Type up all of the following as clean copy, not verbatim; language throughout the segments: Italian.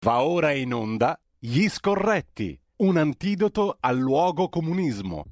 Va ora in onda Gli Scorretti, un antidoto al luogo comunismo.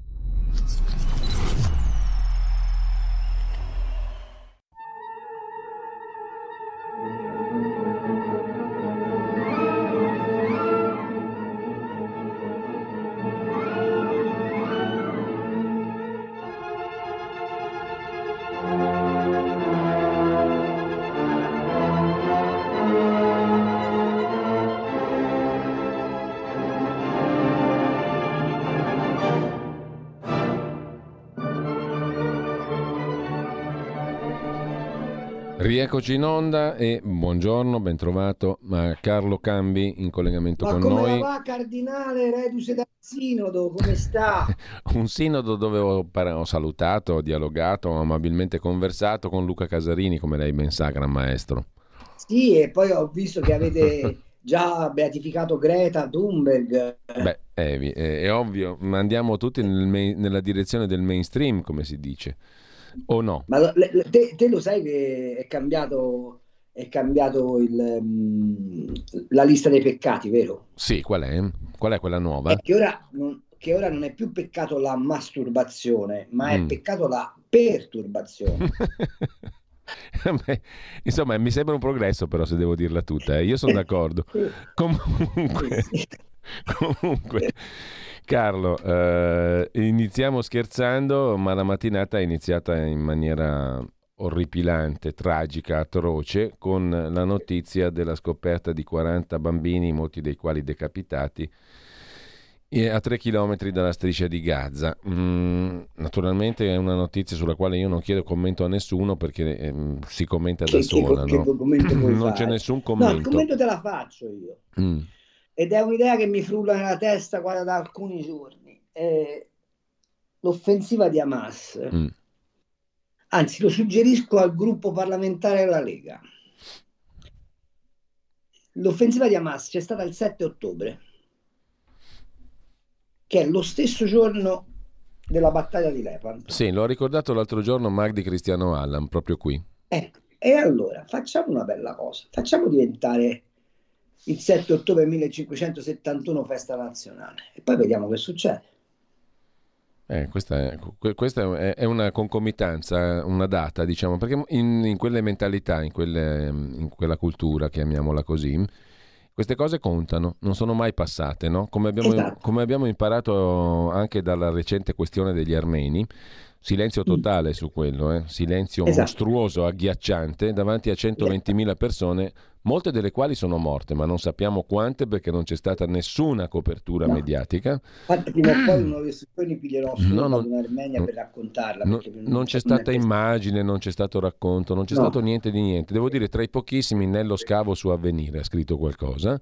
Rieccoci in onda e buongiorno, ben trovato a Carlo Cambi in collegamento con noi. Ma come va, cardinale reduce dal sinodo, come sta? Un sinodo dove ho salutato, ho dialogato, ho amabilmente conversato con Luca Casarini, come lei ben sa, gran maestro. Sì, e poi ho visto che avete già beatificato Greta Thunberg. Beh, è ovvio, ma andiamo tutti nella direzione del mainstream, come si dice, o no? Ma te lo sai che è cambiato la lista dei peccati, vero? Sì, qual è? Qual è quella nuova? È che ora non è più peccato la masturbazione, ma è peccato la perturbazione. Beh, insomma, mi sembra un progresso, però, se devo dirla tutta, io sono d'accordo. Comunque, Carlo, iniziamo scherzando, ma la mattinata è iniziata in maniera orripilante, tragica, atroce, con la notizia della scoperta di 40 bambini, molti dei quali decapitati, a 3 chilometri dalla striscia di Gaza. Naturalmente è una notizia sulla quale io non chiedo commento a nessuno, perché si commenta da sola, no? Non c'è nessun commento. No, il commento te la faccio io. Ed è un'idea che mi frulla nella testa da alcuni giorni. L'offensiva di Hamas. Anzi, lo suggerisco al gruppo parlamentare della Lega. L'offensiva di Hamas c'è stata il 7 ottobre, che è lo stesso giorno della battaglia di Lepanto. Sì, l'ho ricordato l'altro giorno Magdi Cristiano Allan, proprio qui. E allora, facciamo una bella cosa. Facciamo diventare il 7 ottobre 1571 festa nazionale e poi vediamo che succede. Questa è una concomitanza, una data, diciamo, perché in quelle mentalità, in quella cultura, chiamiamola così, queste cose contano, non sono mai passate, no? Come abbiamo imparato anche dalla recente questione degli armeni, silenzio totale su quello, silenzio mostruoso, agghiacciante, davanti a 120.000 persone, molte delle quali sono morte, ma non sappiamo quante, perché non c'è stata nessuna copertura mediatica. Infatti prima o poi uno dei suoi piglierò solo in Armenia per raccontarla. Non c'è stata immagine, non c'è stato racconto, non c'è stato niente di niente. Devo dire, tra i pochissimi, Nello Scavo su Avvenire ha scritto qualcosa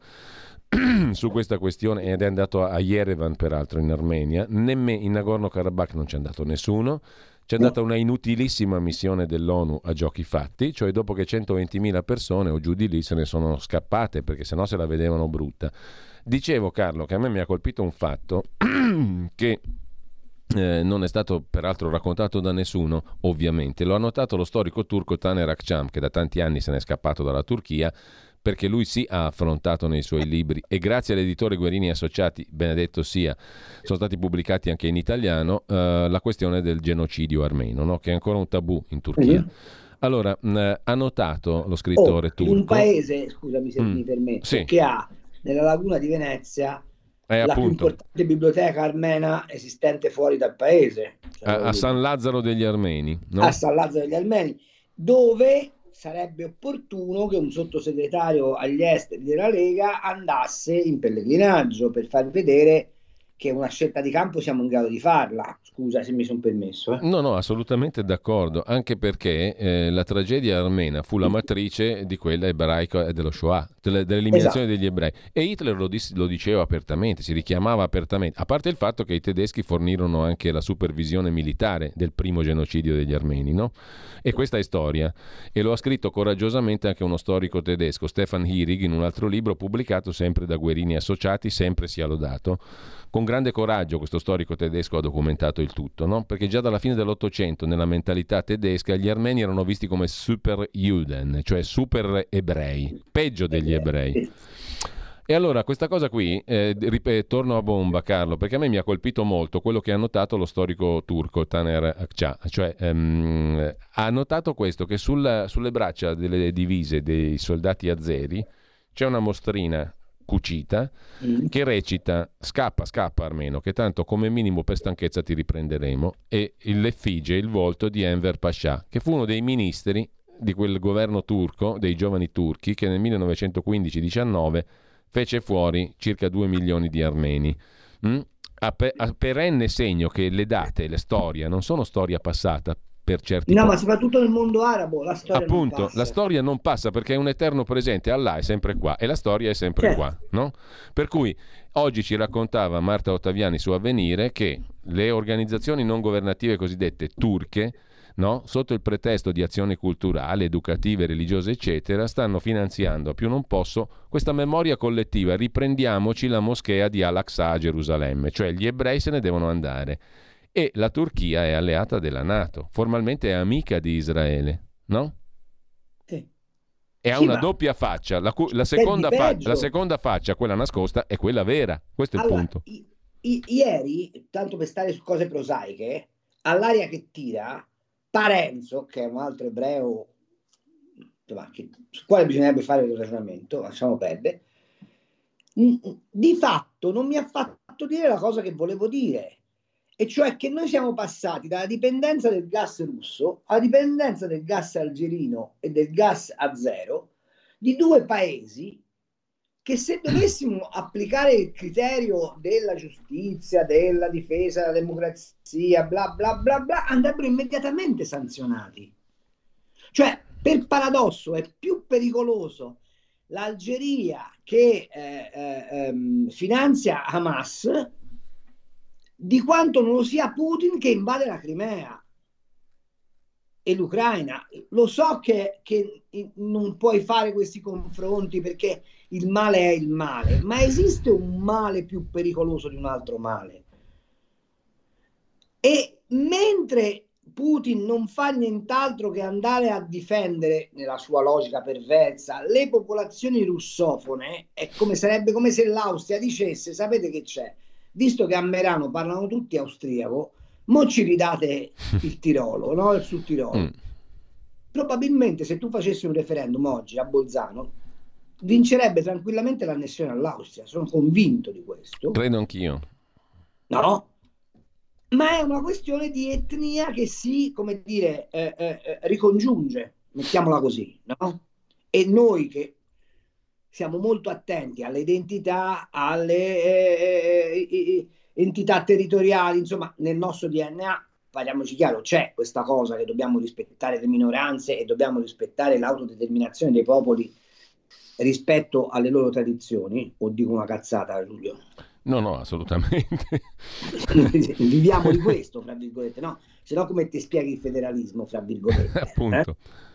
su questa questione, ed è andato a Yerevan, peraltro in Armenia. In Nagorno-Karabakh non c'è andato nessuno. C'è andata una inutilissima missione dell'ONU a giochi fatti, cioè dopo che 120.000 persone o giù di lì se ne sono scappate, perché sennò se la vedevano brutta. Dicevo, Carlo, che a me mi ha colpito un fatto che non è stato peraltro raccontato da nessuno, ovviamente. Lo ha notato lo storico turco Taner Akçam, che da tanti anni se n'è scappato dalla Turchia, perché lui sì ha affrontato nei suoi libri, e grazie all'editore Guerini Associati, benedetto sia, sono stati pubblicati anche in italiano, la questione del genocidio armeno, no? Che è ancora un tabù in Turchia. Allora, ha notato lo scrittore turco... un paese, scusami se mi permetto, che ha nella laguna di Venezia la più importante biblioteca armena esistente fuori dal paese. A San Lazzaro degli Armeni, no? A San Lazzaro degli Armeni, dove sarebbe opportuno che un sottosegretario agli esteri della Lega andasse in pellegrinaggio per far vedere che una scelta di campo siamo in grado di farla. Scusa se mi sono permesso. No, assolutamente d'accordo, anche perché la tragedia armena fu la matrice di quella ebraica e dello Shoah, dell'eliminazione degli ebrei. E Hitler lo diceva apertamente, si richiamava apertamente, a parte il fatto che i tedeschi fornirono anche la supervisione militare del primo genocidio degli armeni, no? E questa è storia, e lo ha scritto coraggiosamente anche uno storico tedesco, Stefan Hierig, in un altro libro pubblicato sempre da Guerini Associati, sempre sia lodato. Con grande coraggio questo storico tedesco ha documentato il tutto, no? Perché già dalla fine dell'Ottocento nella mentalità tedesca gli armeni erano visti come super Juden, cioè super ebrei, peggio degli ebrei. E allora questa cosa qui, torno a bomba Carlo, perché a me mi ha colpito molto quello che ha notato lo storico turco Taner Akça, cioè ha notato questo, che sulle braccia delle divise dei soldati azeri c'è una mostrina cucita che recita scappa, scappa Armeno, che tanto come minimo per stanchezza ti riprenderemo, e l'effigie, il volto di Enver Pasha, che fu uno dei ministri di quel governo turco, dei giovani turchi, che nel 1915-19 fece fuori circa 2 milioni di armeni. A perenne segno che le date, le storie, non sono storia passata per certi ma soprattutto nel mondo arabo la storia non appunto, passa. la storia non passa perché è un eterno presente, Allah è sempre qua e la storia è sempre qua, no? Per cui oggi ci raccontava Marta Ottaviani su Avvenire che le organizzazioni non governative cosiddette turche, no? Sotto il pretesto di azioni culturali, educative, religiose, eccetera, stanno finanziando a più non posso questa memoria collettiva. Riprendiamoci la moschea di Al-Aqsa a Gerusalemme, cioè gli ebrei se ne devono andare. E la Turchia è alleata della NATO, formalmente è amica di Israele, no? Sì. E ha una doppia faccia. La seconda faccia, quella nascosta, è quella vera. Questo è il punto. Ieri, tanto per stare su cose prosaiche, all'aria che tira, Parenzo, che è un altro ebreo, sul quale bisognerebbe fare il ragionamento, lasciamo perdere, di fatto non mi ha fatto dire la cosa che volevo dire. E cioè che noi siamo passati dalla dipendenza del gas russo alla dipendenza del gas algerino e del gas azero, di due paesi che, se dovessimo applicare il criterio della giustizia, della difesa della democrazia, bla bla bla bla, andrebbero immediatamente sanzionati. Cioè, per paradosso, è più pericoloso l'Algeria che finanzia Hamas di quanto non lo sia Putin che invade la Crimea e l'Ucraina. Lo so che non puoi fare questi confronti perché il male è il male, ma esiste un male più pericoloso di un altro male. E mentre Putin non fa nient'altro che andare a difendere, nella sua logica perversa, le popolazioni russofone, sarebbe come se l'Austria dicesse: sapete che c'è? Visto che a Merano parlano tutti austriaco, mo ci ridate il Tirolo, no? Il Sud Tirolo. Probabilmente se tu facessi un referendum oggi a Bolzano, vincerebbe tranquillamente l'annessione all'Austria. Sono convinto di questo. Credo anch'io. No? Ma è una questione di etnia che si, come dire, ricongiunge, mettiamola così, no? E noi che siamo molto attenti alle identità, alle entità territoriali, insomma, nel nostro DNA, parliamoci chiaro, c'è questa cosa che dobbiamo rispettare le minoranze e dobbiamo rispettare l'autodeterminazione dei popoli rispetto alle loro tradizioni. O dico una cazzata, Giulio? No, assolutamente. Viviamo di questo, fra virgolette, no? Se no come ti spieghi il federalismo, fra virgolette? Appunto.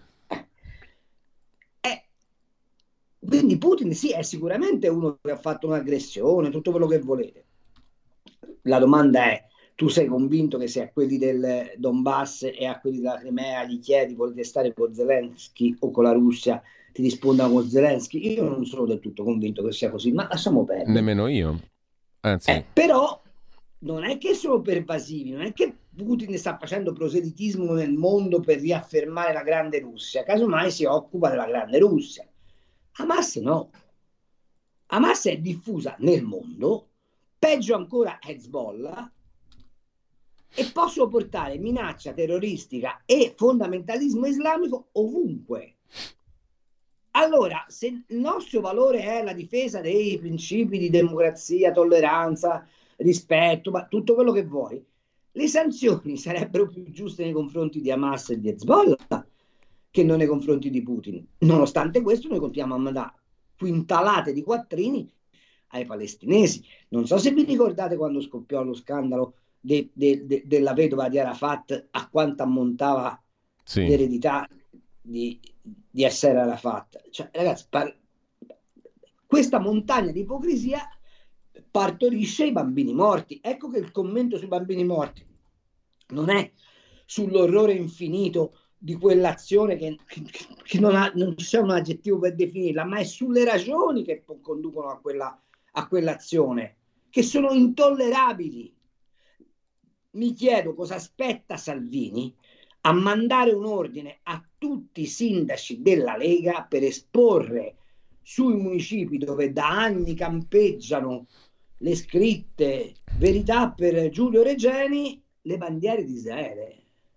Quindi Putin sì, è sicuramente uno che ha fatto un'aggressione, tutto quello che volete. La domanda è: tu sei convinto che se a quelli del Donbass e a quelli della Crimea gli chiedi volete stare con Zelensky o con la Russia, ti rispondano con Zelensky? Io non sono del tutto convinto che sia così, ma lasciamo perdere. Nemmeno io. Anzi. Però non è che sono pervasivi, non è che Putin sta facendo proselitismo nel mondo per riaffermare la grande Russia, casomai si occupa della grande Russia. Hamas no. Hamas è diffusa nel mondo, peggio ancora Hezbollah, e possono portare minaccia terroristica e fondamentalismo islamico ovunque. Allora, se il nostro valore è la difesa dei principi di democrazia, tolleranza, rispetto, ma tutto quello che vuoi, le sanzioni sarebbero più giuste nei confronti di Hamas e di Hezbollah che non nei confronti di Putin. Nonostante questo, noi continuiamo a mandare quintalate di quattrini ai palestinesi. Non so se vi ricordate quando scoppiò lo scandalo della vedova di Arafat, a quanto ammontava l'eredità di Yasser Arafat. Cioè, ragazzi, questa montagna di ipocrisia partorisce i bambini morti. Ecco che il commento sui bambini morti non è sull'orrore infinito di quell'azione che non c'è un aggettivo per definirla, ma è sulle ragioni che conducono a quell'azione, che sono intollerabili. Mi chiedo cosa aspetta Salvini a mandare un ordine a tutti i sindaci della Lega per esporre sui municipi dove da anni campeggiano le scritte verità per Giulio Regeni le bandiere di Israele.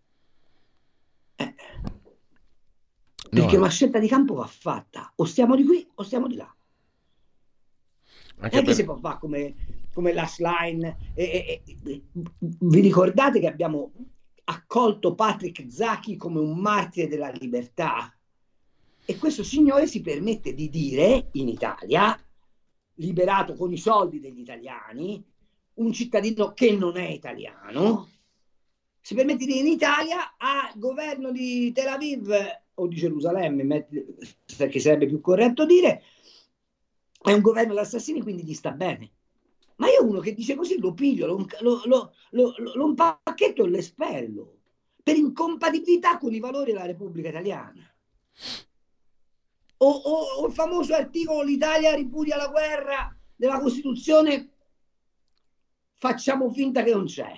Perché una scelta di campo va fatta, o stiamo di qui o stiamo di là. Anche se può fare come last line. Vi ricordate che abbiamo accolto Patrick Zaki come un martire della libertà? E questo signore si permette di dire in Italia, liberato con i soldi degli italiani, un cittadino che non è italiano, si permette di dire in Italia al governo di Tel Aviv o di Gerusalemme, perché sarebbe più corretto dire, è un governo di assassini, quindi gli sta bene. Ma io uno che dice così lo piglio, lo impacchetto e lo espello per incompatibilità con i valori della Repubblica Italiana. O il famoso articolo l'Italia ripudia la guerra della Costituzione, facciamo finta che non c'è.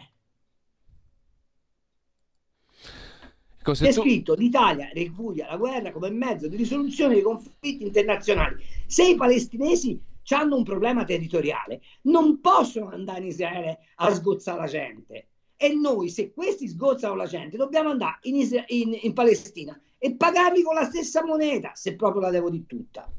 È scritto l'Italia ripudia la guerra come mezzo di risoluzione dei conflitti internazionali. Se i palestinesi hanno un problema territoriale non possono andare in Israele a sgozzare la gente, e noi, se questi sgozzano la gente, dobbiamo andare in Palestina e pagarli con la stessa moneta, se proprio la devo di tutta.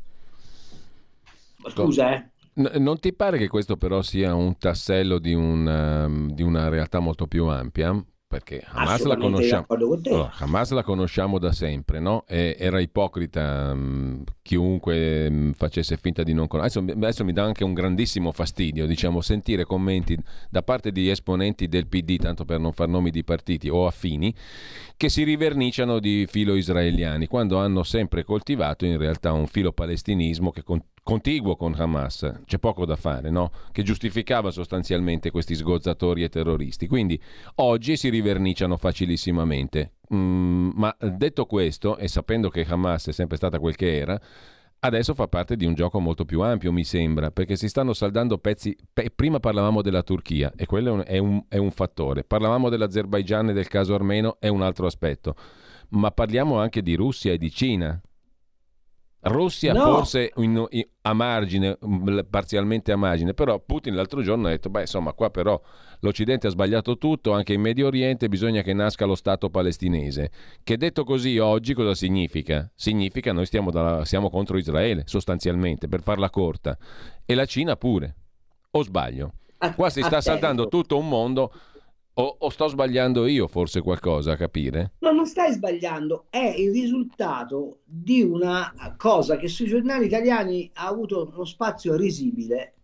Scusa, Non ti pare che questo però sia un tassello di una realtà molto più ampia? Perché Hamas la conosciamo da sempre, no? Era ipocrita chiunque facesse finta di non conoscere. Adesso mi dà anche un grandissimo fastidio, diciamo, sentire commenti da parte di esponenti del PD, tanto per non far nomi di partiti o affini, che si riverniciano di filo israeliani, quando hanno sempre coltivato in realtà un filo palestinismo che contiguo con Hamas, c'è poco da fare, no? Che giustificava sostanzialmente questi sgozzatori e terroristi. Quindi oggi si riverniciano facilissimamente. Ma detto questo, e sapendo che Hamas è sempre stata quel che era, adesso fa parte di un gioco molto più ampio, mi sembra, perché si stanno saldando pezzi. Prima parlavamo della Turchia, e quello è un fattore. Parlavamo dell'Azerbaigian e del caso armeno, è un altro aspetto. Ma parliamo anche di Russia e di Cina. Russia forse a margine, parzialmente a margine, però Putin l'altro giorno ha detto, insomma, qua però l'Occidente ha sbagliato tutto, anche in Medio Oriente bisogna che nasca lo Stato palestinese, che detto così oggi cosa significa? Significa noi siamo contro Israele, sostanzialmente, per farla corta, e la Cina pure, o sbaglio? Qua si sta saldando tutto un mondo. O sto sbagliando io forse qualcosa a capire? No, non stai sbagliando, è il risultato di una cosa che sui giornali italiani ha avuto uno spazio risibile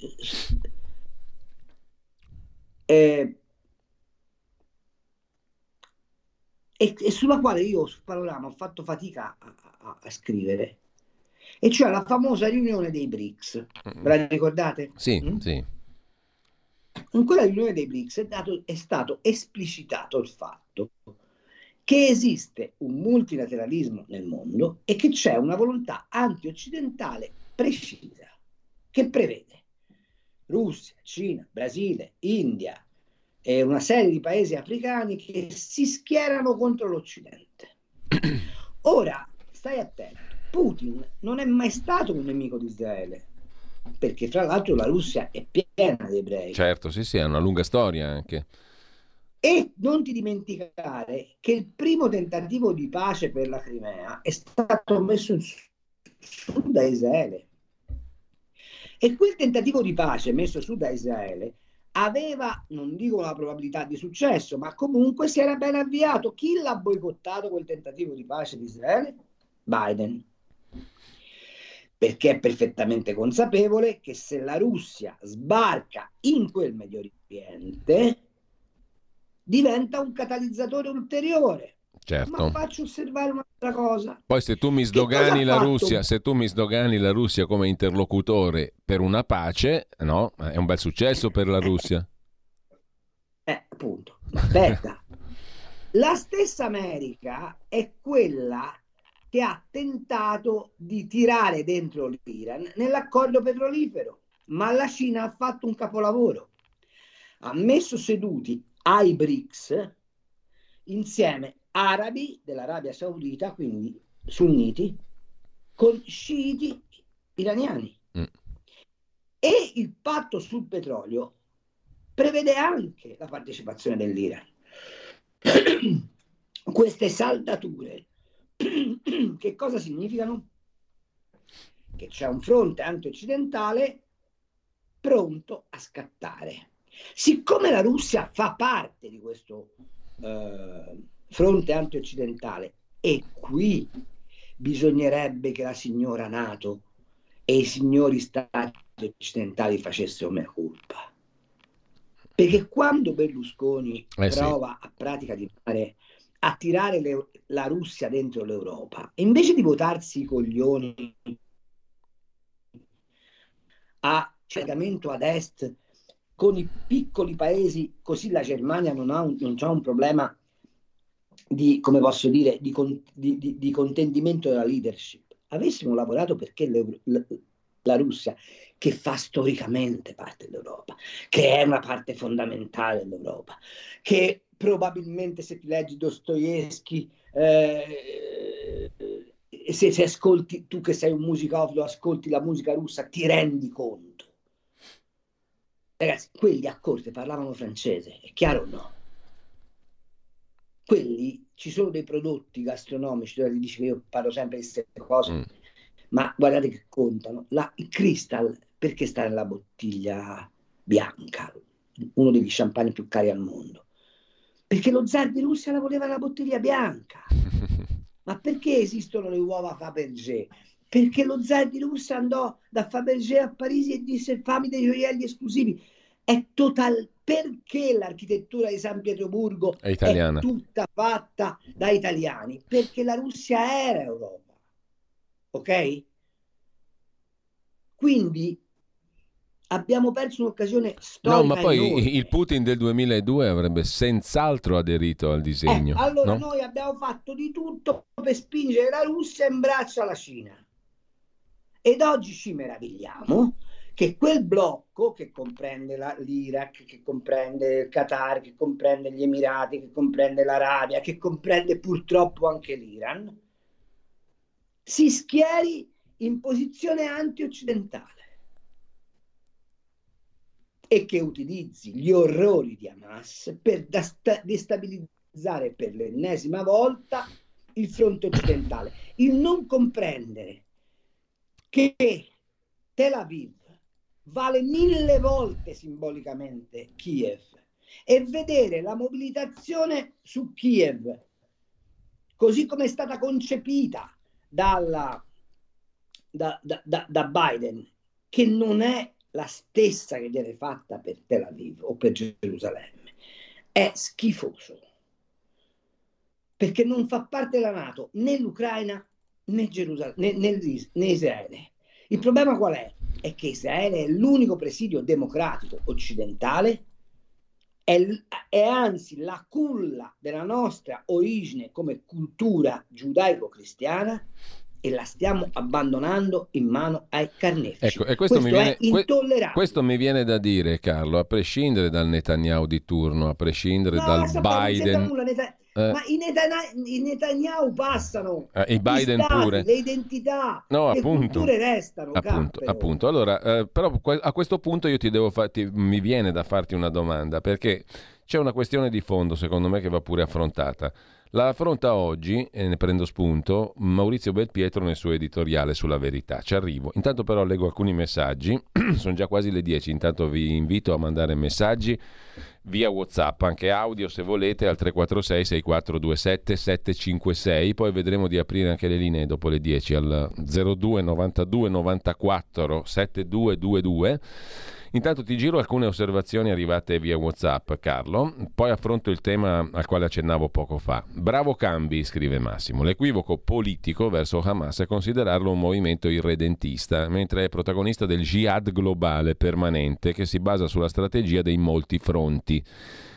e sulla quale io sul panorama ho fatto fatica a scrivere, e cioè la famosa riunione dei BRICS. Ve la ricordate? Sì, sì. In quella riunione dei BRICS è stato esplicitato il fatto che esiste un multilateralismo nel mondo e che c'è una volontà anti-occidentale precisa, che prevede Russia, Cina, Brasile, India e una serie di paesi africani che si schierano contro l'Occidente. Ora, stai attento, Putin non è mai stato un nemico di Israele, perché fra l'altro la Russia è piena di ebrei. Certo, sì, ha una lunga storia anche. E non ti dimenticare che il primo tentativo di pace per la Crimea è stato messo su da Israele. E quel tentativo di pace messo su da Israele aveva, non dico una probabilità di successo, ma comunque si era ben avviato. Chi l'ha boicottato quel tentativo di pace di Israele? Biden. Perché è perfettamente consapevole che se la Russia sbarca in quel Medio Oriente diventa un catalizzatore ulteriore. Certo. Ma faccio osservare un'altra cosa. Poi se tu mi sdogani la Russia come interlocutore per una pace, no? È un bel successo per la Russia. Appunto. Aspetta. La stessa America è quella che ha tentato di tirare dentro l'Iran nell'accordo petrolifero, ma la Cina ha fatto un capolavoro. Ha messo seduti ai BRICS insieme arabi dell'Arabia Saudita, quindi sunniti, con sciiti iraniani. E il patto sul petrolio prevede anche la partecipazione dell'Iran. Queste saldature che cosa significano? Che c'è un fronte anti-occidentale pronto a scattare. Siccome la Russia fa parte di questo fronte anti-occidentale, e qui bisognerebbe che la signora NATO e i signori stati occidentali facessero mea culpa. Perché quando Berlusconi prova a pratica di fare a tirare la Russia dentro l'Europa, invece di votarsi i coglioni a collegamento ad est con i piccoli paesi, così la Germania non c'ha un problema di, come posso dire, di contendimento della leadership. Avessimo lavorato perché la Russia, che fa storicamente parte dell'Europa, che è una parte fondamentale dell'Europa, che probabilmente, se ti leggi Dostoevskij, se ascolti, tu che sei un musicofilo, ascolti la musica russa, ti rendi conto. Ragazzi, quelli a corte parlavano francese, è chiaro o no? Quelli, ci sono dei prodotti gastronomici dove ti dici che io parlo sempre di queste cose, ma guardate che contano. Il Crystal, perché sta nella bottiglia bianca, uno degli champagne più cari al mondo? Perché lo zar di Russia la voleva la bottiglia bianca. Ma perché esistono le uova Fabergé? Perché lo zar di Russia andò da Fabergé a Parigi e disse: fammi dei gioielli esclusivi. Perché l'architettura di San Pietroburgo è tutta fatta da italiani? Perché la Russia era Europa, ok? Quindi abbiamo perso un'occasione storica. No, ma poi il Putin del 2002 avrebbe senz'altro aderito al disegno. Allora, no? Noi abbiamo fatto di tutto per spingere la Russia in braccio alla Cina. Ed oggi ci meravigliamo che quel blocco, che comprende l'Iraq, che comprende il Qatar, che comprende gli Emirati, che comprende l'Arabia, che comprende purtroppo anche l'Iran, si schieri in posizione anti-occidentale e che utilizzi gli orrori di Hamas per destabilizzare per l'ennesima volta il fronte occidentale. Il non comprendere che Tel Aviv vale 1000 volte simbolicamente Kiev e vedere la mobilitazione su Kiev così come è stata concepita da Biden, che non è la stessa che viene fatta per Tel Aviv o per Gerusalemme, è schifoso, perché non fa parte della NATO né l'Ucraina né né Israele. Il problema qual è? È che Israele è l'unico presidio democratico occidentale, è anzi la culla della nostra origine come cultura giudaico-cristiana, e la stiamo abbandonando in mano ai carnefici. Ecco, e questo è intollerabile. Questo mi viene da dire, Carlo, a prescindere dal Netanyahu di turno, a prescindere dal Biden. Ma i Netanyahu passano, i Biden stati, pure, le identità, no, le appunto, culture restano. Appunto. Allora, però a questo punto io mi viene da farti una domanda, perché c'è una questione di fondo, secondo me, che va pure affrontata. La affronta oggi, e ne prendo spunto, Maurizio Belpietro nel suo editoriale sulla Verità. Ci arrivo. Intanto però leggo alcuni messaggi, sono già quasi le 10, intanto vi invito a mandare messaggi via WhatsApp, anche audio se volete, al 346 6427 756, poi vedremo di aprire anche le linee dopo le 10 al 02 92 94 7222. Intanto ti giro alcune osservazioni arrivate via WhatsApp, Carlo, poi affronto il tema al quale accennavo poco fa. Bravo Cambi, scrive Massimo, l'equivoco politico verso Hamas è considerarlo un movimento irredentista, mentre è protagonista del jihad globale permanente che si basa sulla strategia dei molti fronti.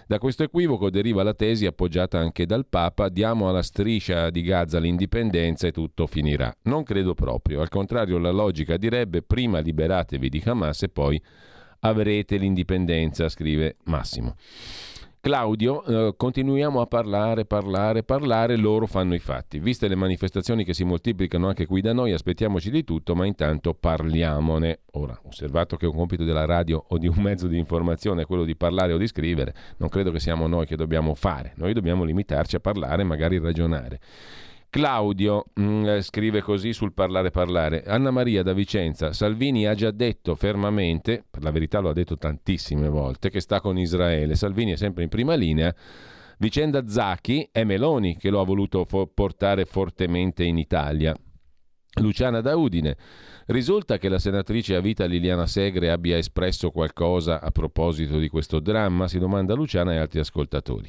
Da questo equivoco deriva la tesi appoggiata anche dal Papa: diamo alla striscia di Gaza l'indipendenza e tutto finirà. Non credo proprio, al contrario la logica direbbe: prima liberatevi di Hamas e poi avrete l'indipendenza, scrive Massimo. Claudio, continuiamo a parlare, loro fanno i fatti. Viste le manifestazioni che si moltiplicano anche qui da noi, aspettiamoci di tutto, ma intanto parliamone. Ora, osservato che un compito della radio o di un mezzo di informazione è quello di parlare o di scrivere, non credo che siamo noi che dobbiamo fare. Noi dobbiamo limitarci a parlare, magari ragionare. Claudio scrive così sul parlare. Anna Maria da Vicenza: Salvini ha già detto fermamente, per la verità lo ha detto tantissime volte, che sta con Israele. Salvini è sempre in prima linea. Vicenda Zaki, è Meloni che lo ha voluto portare fortemente in Italia. Luciana da Udine: risulta che la senatrice a vita Liliana Segre abbia espresso qualcosa a proposito di questo dramma? Si domanda Luciana e altri ascoltatori.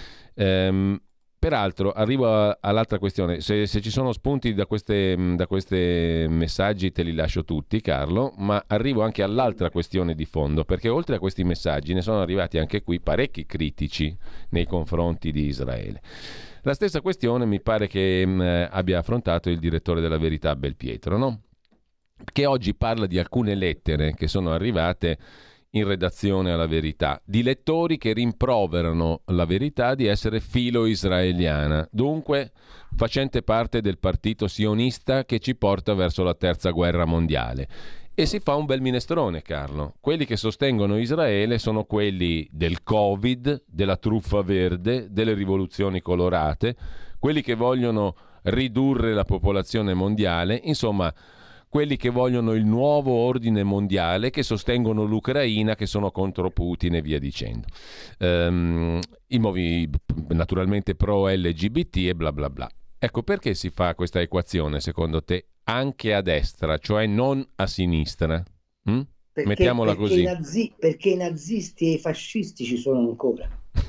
Peraltro arrivo all'altra questione, se ci sono spunti da questi messaggi te li lascio tutti, Carlo, ma arrivo anche all'altra questione di fondo, perché oltre a questi messaggi ne sono arrivati anche qui parecchi critici nei confronti di Israele. La stessa questione mi pare che abbia affrontato il direttore della Verità Belpietro, no? Che oggi parla di alcune lettere che sono arrivate in redazione alla Verità, di lettori che rimproverano la Verità di essere filo-israeliana, dunque facente parte del partito sionista che ci porta verso la terza guerra mondiale. E si fa un bel minestrone, Carlo. Quelli che sostengono Israele sono quelli del Covid, della truffa verde, delle rivoluzioni colorate, quelli che vogliono ridurre la popolazione mondiale, insomma quelli che vogliono il nuovo ordine mondiale, che sostengono l'Ucraina, che sono contro Putin e via dicendo. I nuovi naturalmente pro LGBT e bla bla bla. Ecco, perché si fa questa equazione secondo te anche a destra, cioè non a sinistra? Mettiamola così. Perché i nazisti e i fascisti ci sono ancora.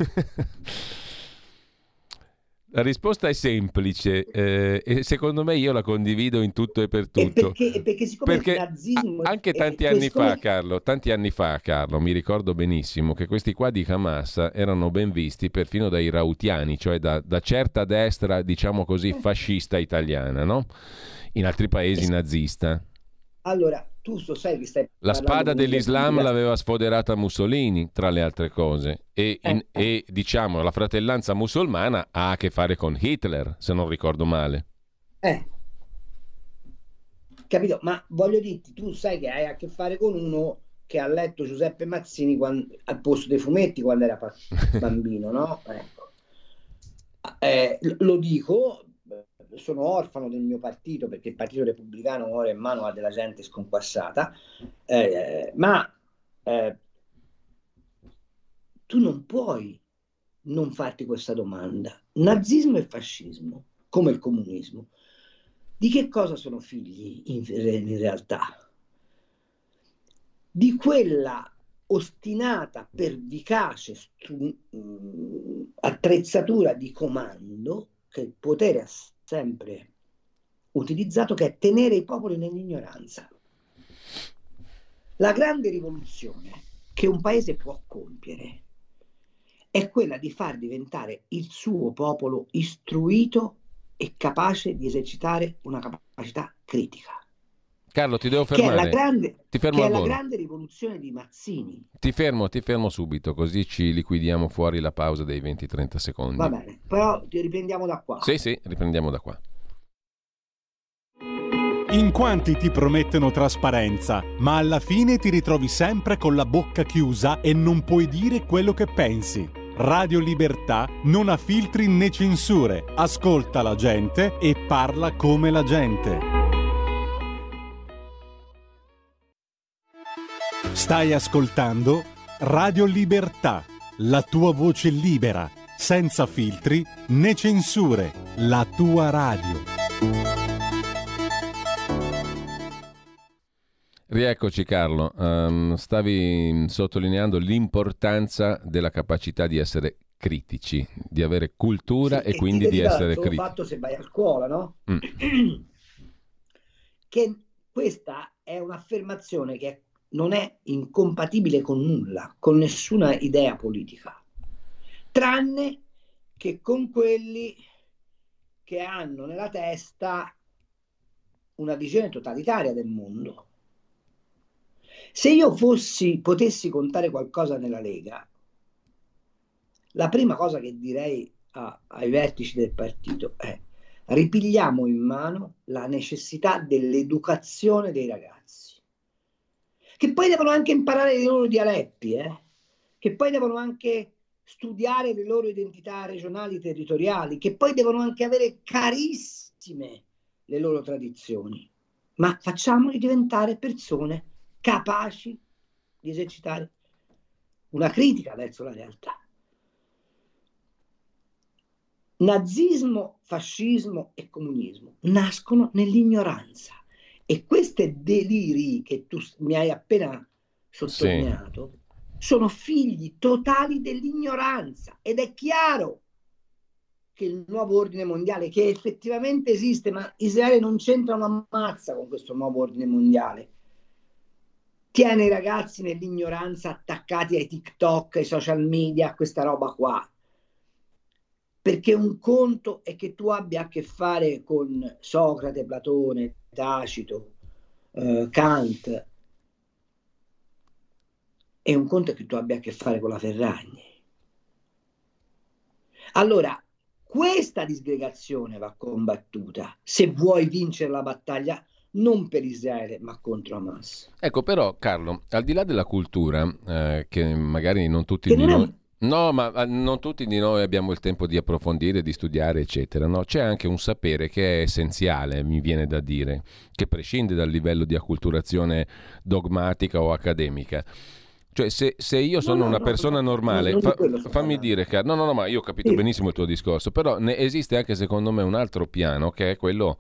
La risposta è semplice e secondo me io la condivido in tutto e per tutto. Perché il nazismo anche tanti anni fa, Carlo, mi ricordo benissimo che questi qua di Hamas erano ben visti perfino dai rautiani, cioè da certa destra, diciamo così, fascista italiana, no? In altri paesi nazista. Allora, tu sai che stai la spada dell'Islam l'aveva sfoderata Mussolini, tra le altre cose, e diciamo la fratellanza musulmana ha a che fare con Hitler, se non ricordo male. Capito? Ma voglio dirti, tu sai che hai a che fare con uno che ha letto Giuseppe Mazzini al posto dei fumetti quando era bambino, no? Ecco. Lo dico, sono orfano del mio partito perché il partito repubblicano ora in mano ha della gente sconquassata, ma tu non puoi non farti questa domanda. Nazismo e fascismo, come il comunismo, di che cosa sono figli in realtà? Di quella ostinata, pervicace attrezzatura di comando che il potere ha sempre utilizzato, che è tenere i popoli nell'ignoranza. La grande rivoluzione che un paese può compiere è quella di far diventare il suo popolo istruito e capace di esercitare una capacità critica. Carlo, ti devo fermare. Che è la grande rivoluzione di Mazzini. Ti fermo subito, così ci liquidiamo fuori la pausa dei 20-30 secondi. Va bene, però riprendiamo da qua. Sì, riprendiamo da qua. In quanti ti promettono trasparenza, ma alla fine ti ritrovi sempre con la bocca chiusa e non puoi dire quello che pensi. Radio Libertà non ha filtri né censure, ascolta la gente e parla come la gente. Stai ascoltando Radio Libertà, la tua voce libera, senza filtri né censure, la tua radio. Rieccoci Carlo, stavi sottolineando l'importanza della capacità di essere critici, di avere cultura e quindi di essere critici. Fatto se vai a scuola, no? Che questa è un'affermazione che non è incompatibile con nulla, con nessuna idea politica. tranne che con quelli che hanno nella testa una visione totalitaria del mondo. Se io potessi contare qualcosa nella Lega, la prima cosa che direi ai vertici del partito è: ripigliamo in mano la necessità dell'educazione dei ragazzi, che poi devono anche imparare i loro dialetti, che poi devono anche studiare le loro identità regionali, territoriali, che poi devono anche avere carissime le loro tradizioni, ma facciamoli diventare persone capaci di esercitare una critica verso la realtà. Nazismo, fascismo e comunismo nascono nell'ignoranza, e questi deliri che tu mi hai appena sottolineato sono figli totali dell'ignoranza, ed è chiaro che il nuovo ordine mondiale, che effettivamente esiste, ma Israele non c'entra una mazza con questo nuovo ordine mondiale, tiene i ragazzi nell'ignoranza, attaccati ai TikTok, ai social media, a questa roba qua. Perché un conto è che tu abbia a che fare con Socrate, Platone, Tacito, Kant, e un conto è che tu abbia a che fare con la Ferragni. Allora, questa disgregazione va combattuta se vuoi vincere la battaglia non per Israele ma contro Hamas. Ecco, però Carlo, al di là della cultura, che magari non tutti di noi... No, ma non tutti di noi abbiamo il tempo di approfondire, di studiare, eccetera. No? C'è anche un sapere che è essenziale, mi viene da dire, che prescinde dal livello di acculturazione dogmatica o accademica. Cioè, se io sono una persona normale, fammi dire, no, ma io ho capito benissimo il tuo discorso, però ne esiste anche secondo me un altro piano, che è quello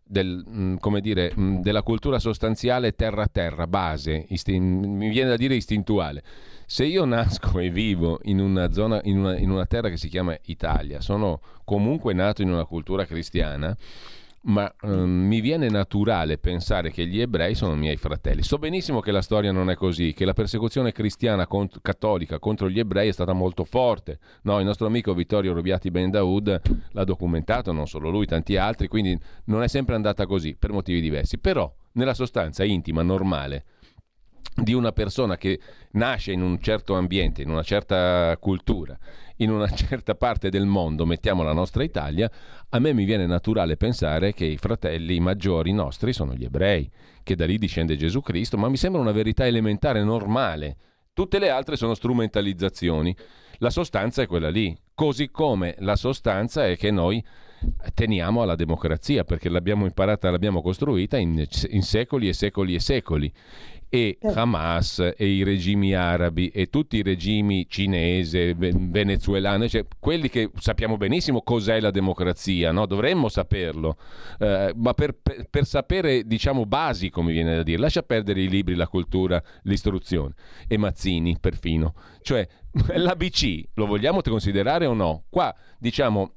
come dire, della cultura sostanziale terra-terra, base, mi viene da dire istintuale. Se io nasco e vivo in una zona, in una terra che si chiama Italia, sono comunque nato in una cultura cristiana, ma mi viene naturale pensare che gli ebrei sono miei fratelli. So benissimo che la storia non è così, che la persecuzione cristiana cattolica contro gli ebrei è stata molto forte. No, il nostro amico Vittorio Robiati Ben Daoud l'ha documentato, non solo lui, tanti altri, quindi non è sempre andata così, per motivi diversi. Però, nella sostanza intima, normale, di una persona che nasce in un certo ambiente, in una certa cultura, in una certa parte del mondo, mettiamo la nostra Italia, a me mi viene naturale pensare che i fratelli maggiori nostri sono gli ebrei, che da lì discende Gesù Cristo, ma mi sembra una verità elementare, normale. Tutte le altre sono strumentalizzazioni. La sostanza è quella lì, così come la sostanza è che noi teniamo alla democrazia, perché l'abbiamo imparata, l'abbiamo costruita in secoli e secoli e secoli. E Hamas e i regimi arabi e tutti i regimi cinese, venezuelano, cioè quelli che sappiamo benissimo cos'è la democrazia, no? Dovremmo saperlo, ma per sapere, diciamo, basico, mi viene da dire, lascia perdere i libri, la cultura, l'istruzione, e Mazzini perfino, cioè l'ABC lo vogliamo considerare o no? Qua diciamo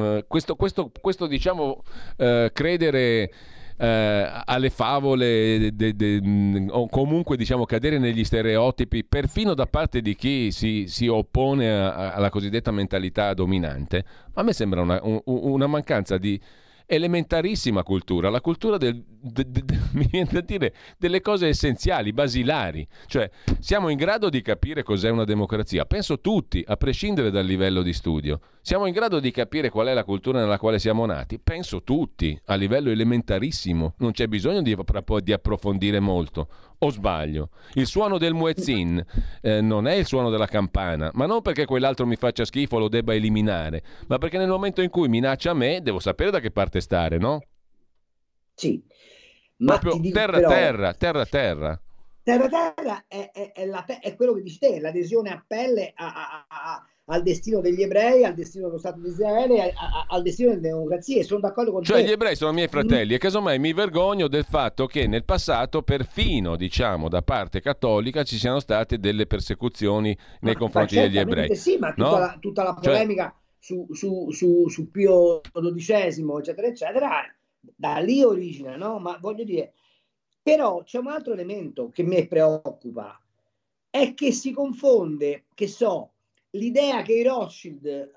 questo diciamo credere alle favole o comunque diciamo cadere negli stereotipi perfino da parte di chi si oppone alla cosiddetta mentalità dominante, a me sembra una mancanza di elementarissima cultura, la cultura mi viene da dire, delle cose essenziali, basilari. Cioè, siamo in grado di capire cos'è una democrazia? Penso tutti, a prescindere dal livello di studio. Siamo in grado di capire qual è la cultura nella quale siamo nati? Penso tutti, a livello elementarissimo. Non c'è bisogno di approfondire molto. O sbaglio? Il suono del muezzin non è il suono della campana, ma non perché quell'altro mi faccia schifo o lo debba eliminare, ma perché nel momento in cui minaccia me devo sapere da che parte stare, no? Sì, ma proprio terra-terra. Terra-terra è quello che dici te, l'adesione a pelle al destino degli ebrei, al destino dello Stato di Israele, al destino delle democrazie. Sono d'accordo con te. Cioè gli ebrei sono miei fratelli e casomai mi vergogno del fatto che nel passato, perfino diciamo da parte cattolica, ci siano state delle persecuzioni nei confronti degli ebrei. Sì, ma tutta la polemica su Pio XII, eccetera, eccetera, da lì origina, no? Ma voglio dire, però c'è un altro elemento che mi preoccupa, è che si confonde, che so, l'idea che i Rothschild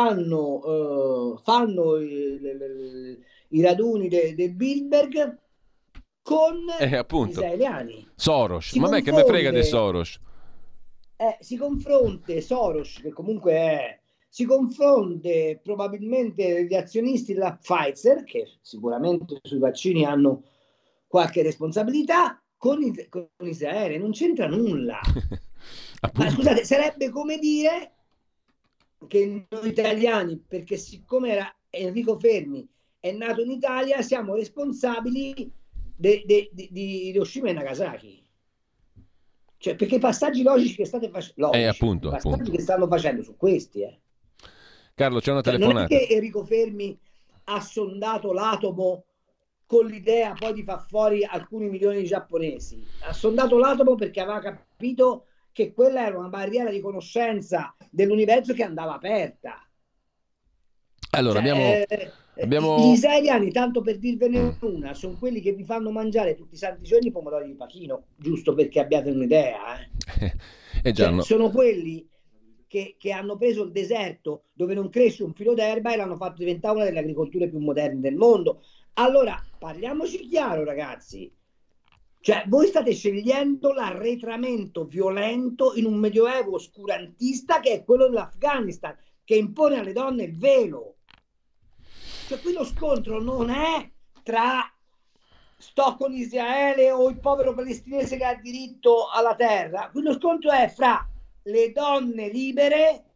fanno i raduni del Bilderberg con gli Appunto. israeliani. Soros, Si ma a me che me frega di confonde, Soros? si confronta Soros, che comunque si confronta probabilmente gli azionisti della Pfizer, che sicuramente sui vaccini hanno qualche responsabilità, con Israele. Non c'entra nulla. Ma Appunto. scusate, sarebbe come dire che noi italiani, perché siccome era Enrico Fermi è nato in Italia, siamo responsabili di Hiroshima e Nagasaki. Cioè, perché i passaggi logici che state facendo, i Appunto, passaggi appunto. che stanno facendo su questi, Carlo, c'è una cioè, non è telefonata. che Enrico Fermi ha sondato l'atomo con l'idea poi di far fuori alcuni milioni di giapponesi, ha sondato l'atomo perché aveva capito che quella era una barriera di conoscenza dell'universo che andava aperta. Allora, abbiamo... Cioè, gli abbiamo... israeliani, tanto per Mm. dirvene una, sono quelli che vi fanno mangiare tutti i santi giorni i pomodori di Pachino, giusto perché abbiate un'idea. Già, Cioè, no. sono quelli che hanno preso il deserto dove non cresce un filo d'erba e l'hanno fatto diventare una delle agricolture più moderne del mondo. Allora, parliamoci chiaro, ragazzi. Cioè, voi state scegliendo l'arretramento violento in un medioevo oscurantista che è quello dell'Afghanistan, che impone alle donne il velo. Cioè, qui lo scontro non è tra sto con Israele o il povero palestinese che ha diritto alla terra. Qui lo scontro è fra le donne libere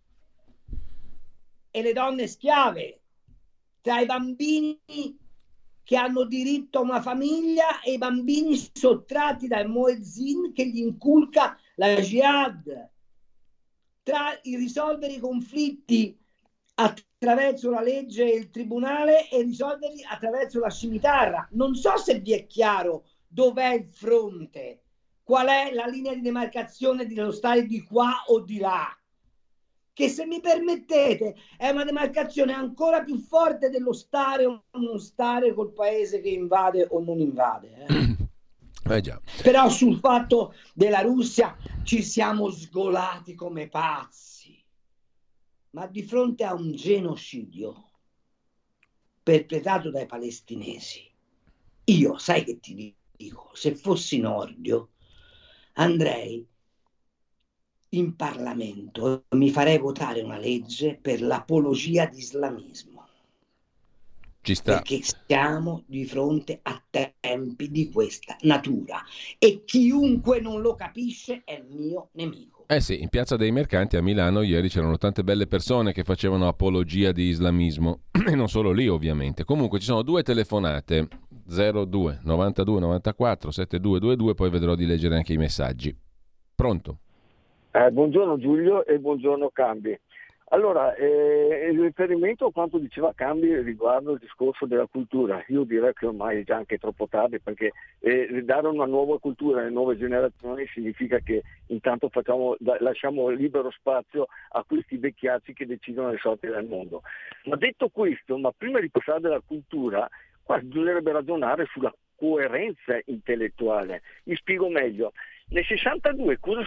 e le donne schiave, tra i bambini che hanno diritto a una famiglia e i bambini sottratti dal Muezzin che gli inculca la jihad, tra il risolvere i conflitti attraverso la legge e il tribunale e risolverli attraverso la scimitarra. Non so se vi è chiaro dov'è il fronte, qual è la linea di demarcazione dello stare di qua o di là, che se mi permettete è una demarcazione ancora più forte dello stare o non stare col paese che invade o non invade. Già. Però sul fatto della Russia ci siamo sgolati come pazzi, ma di fronte a un genocidio perpetrato dai palestinesi, io, sai che ti dico, se fossi Nordio, andrei in Parlamento e mi farei votare una legge per l'apologia di islamismo. Ci sta. Perché siamo di fronte a tempi di questa natura e chiunque non lo capisce è mio nemico. Eh sì, in Piazza dei Mercanti a Milano ieri c'erano tante belle persone che facevano apologia di islamismo e non solo lì ovviamente. Comunque ci sono due telefonate 02 92 94 7222, poi vedrò di leggere anche i messaggi. Pronto? Buongiorno Giulio e buongiorno Cambi. Allora, in riferimento a quanto diceva Cambi riguardo il discorso della cultura, io direi che ormai è già anche troppo tardi, perché dare una nuova cultura alle nuove generazioni significa che intanto lasciamo libero spazio a questi vecchiacci che decidono le sorti del mondo. Ma detto questo, ma prima di passare dalla cultura, qua bisognerebbe ragionare sulla coerenza intellettuale. Mi spiego meglio. Nel 62 cosa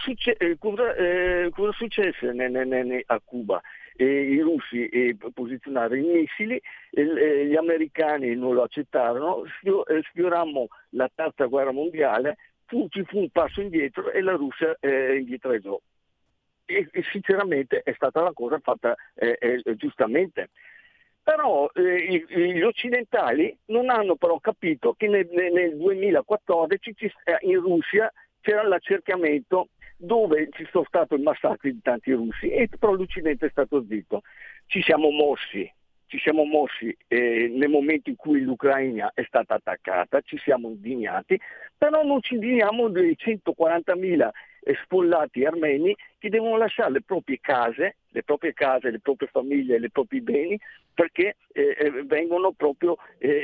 successe a Cuba? I russi posizionarono i missili, gli americani non lo accettarono, sfiorammo la terza guerra mondiale, ci fu un passo indietro e la Russia indietreggiò. E sinceramente è stata la cosa fatta giustamente. Però gli occidentali non hanno però capito che nel 2014 in Russia c'era l'accerchiamento dove ci sono stati i massacri di tanti russi e però l'Occidente è stato zitto. Ci siamo mossi nel momento in cui l'Ucraina è stata attaccata, ci siamo indignati, però non ci indigniamo dei 140.000 sfollati armeni che devono lasciare le proprie case, le proprie famiglie, i propri beni, perché vengono proprio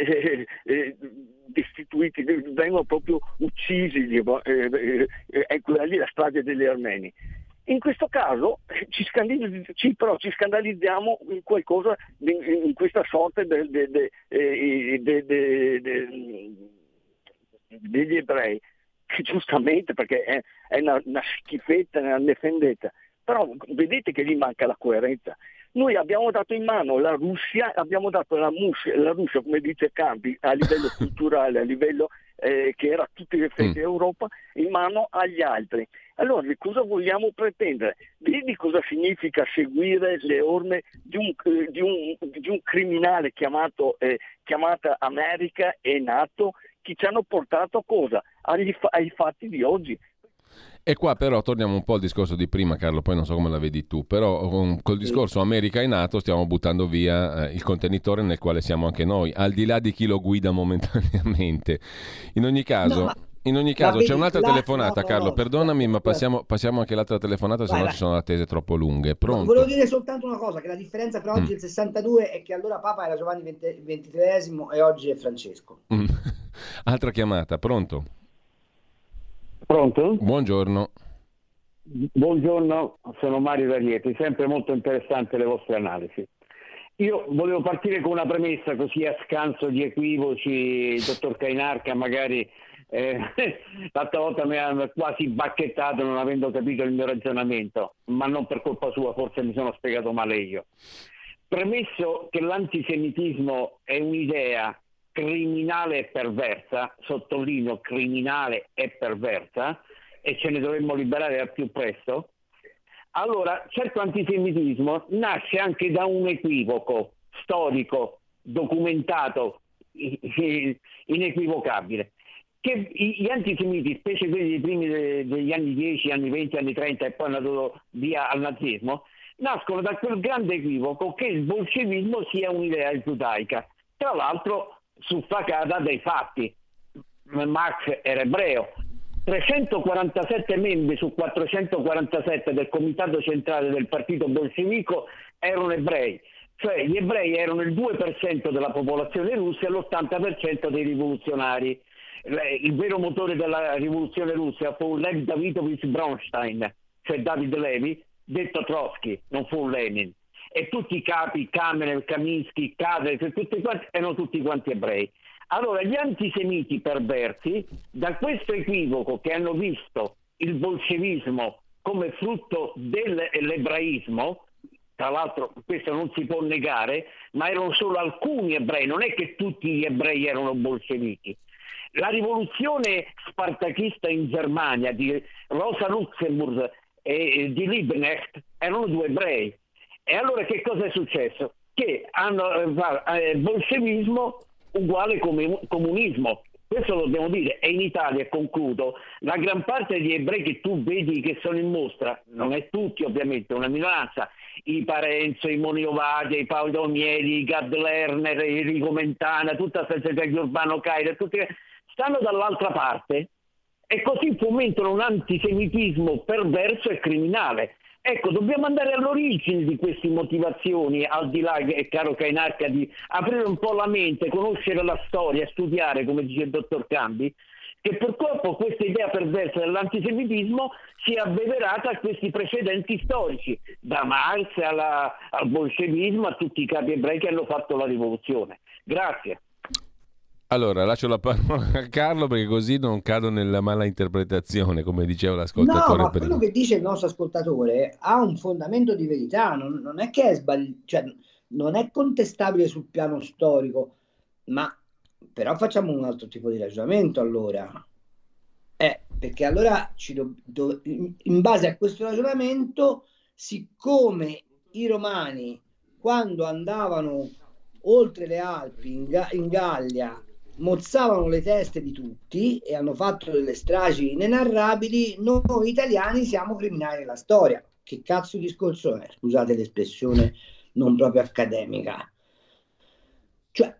destituiti, vengono proprio uccisi, è quella lì la strage degli armeni. In questo caso ci scandalizziamo in qualcosa, in questa sorta degli ebrei, che giustamente, perché è una schifetta, una nefendetta, Però vedete che gli manca la coerenza. Noi abbiamo dato in mano la Russia, abbiamo dato la Russia, come dice Campi, a livello culturale, a livello che era a tutti gli effetti Europa, in mano agli altri. Allora cosa vogliamo pretendere? Vedi cosa significa seguire le orme di un criminale chiamata America e NATO, che ci hanno portato a cosa? Ai fatti di oggi. E qua però torniamo un po' al discorso di prima, Carlo, poi non so come la vedi tu, però col discorso America e NATO stiamo buttando via il contenitore nel quale siamo anche noi, al di là di chi lo guida momentaneamente. In ogni caso... In ogni caso c'è un'altra telefonata, Carlo, perdonami, ma passiamo anche l'altra telefonata, se no ci sono attese troppo lunghe. Pronto? Volevo dire soltanto una cosa, che la differenza tra oggi e il 62 è che allora Papa era Giovanni XXIII e oggi è Francesco. Altra chiamata, pronto? Pronto? Buongiorno. Buongiorno, sono Mario D'Arieti, sempre molto interessante le vostre analisi. Io volevo partire con una premessa, così a scanso di equivoci, il dottor Cainarca magari l'altra volta mi ha quasi bacchettato non avendo capito il mio ragionamento, ma non per colpa sua, forse mi sono spiegato male io. Premesso che l'antisemitismo è un'idea criminale e perversa, sottolineo criminale e perversa, e ce ne dovremmo liberare al più presto, allora certo antisemitismo nasce anche da un equivoco storico, documentato, inequivocabile, che gli antisemiti, specie quelli dei primi degli anni 10, anni 20, anni 30 e poi andato via al nazismo, nascono da quel grande equivoco che il bolscevismo sia un'idea giudaica, tra l'altro suffragata dai fatti. Marx era ebreo, 347 membri su 447 del comitato centrale del partito bolscevico erano ebrei, cioè gli ebrei erano il 2% della popolazione russa e l'80% dei rivoluzionari. Il vero motore della rivoluzione russa fu Lev Davidovich Bronstein, cioè David Levi, detto Trotsky, non fu Lenin. E tutti i capi, Kamenev, Kaminsky, Kadyrov, erano tutti quanti ebrei. Allora gli antisemiti perversi, da questo equivoco che hanno visto il bolscevismo come frutto dell'ebraismo, tra l'altro questo non si può negare, ma erano solo alcuni ebrei, non è che tutti gli ebrei erano bolscevichi. La rivoluzione spartachista in Germania di Rosa Luxemburg e di Liebknecht erano due ebrei. E allora che cosa è successo? Che hanno bolscevismo uguale come comunismo. Questo lo dobbiamo dire. E in Italia, concludo, la gran parte degli ebrei che tu vedi che sono in mostra, non è tutti ovviamente, una minoranza, i Parenzo, i Moniovadia, i Paolo Mieli, i Gad Lerner, i Enrico Mentana, tutta questa gente di Urbano Cairo, stanno dall'altra parte e così fomentano un antisemitismo perverso e criminale. Ecco, dobbiamo andare all'origine di queste motivazioni, al di là, caro Cainarca, di aprire un po' la mente, conoscere la storia, studiare, come dice il dottor Cambi, che purtroppo questa idea perversa dell'antisemitismo si è abbeverata a questi precedenti storici, da Marx al bolscevismo, a tutti i capi ebrei che hanno fatto la rivoluzione. Grazie. Allora, lascio la parola a Carlo perché così non cado nella mala interpretazione, come diceva l'ascoltatore. No, ma quello che dice il nostro ascoltatore ha un fondamento di verità, non è che è cioè, non è contestabile sul piano storico, ma però facciamo un altro tipo di ragionamento allora. Perché allora in base a questo ragionamento, siccome i romani quando andavano oltre le Alpi in Gallia mozzavano le teste di tutti e hanno fatto delle stragi inenarrabili, noi italiani siamo criminali della storia. Che cazzo di discorso è? Scusate l'espressione non proprio accademica. Cioè,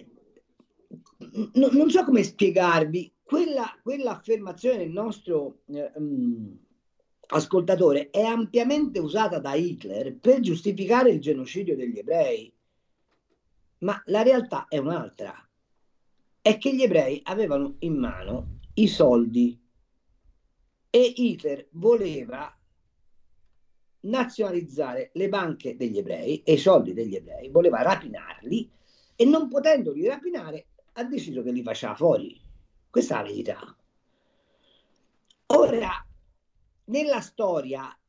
non so come spiegarvi quell'affermazione del nostro ascoltatore è ampiamente usata da Hitler per giustificare il genocidio degli ebrei, ma la realtà è un'altra. È che gli ebrei avevano in mano i soldi e Hitler voleva nazionalizzare le banche degli ebrei e i soldi degli ebrei, voleva rapinarli e non potendoli rapinare ha deciso che li faceva fuori. Questa è la verità. Ora, nella storia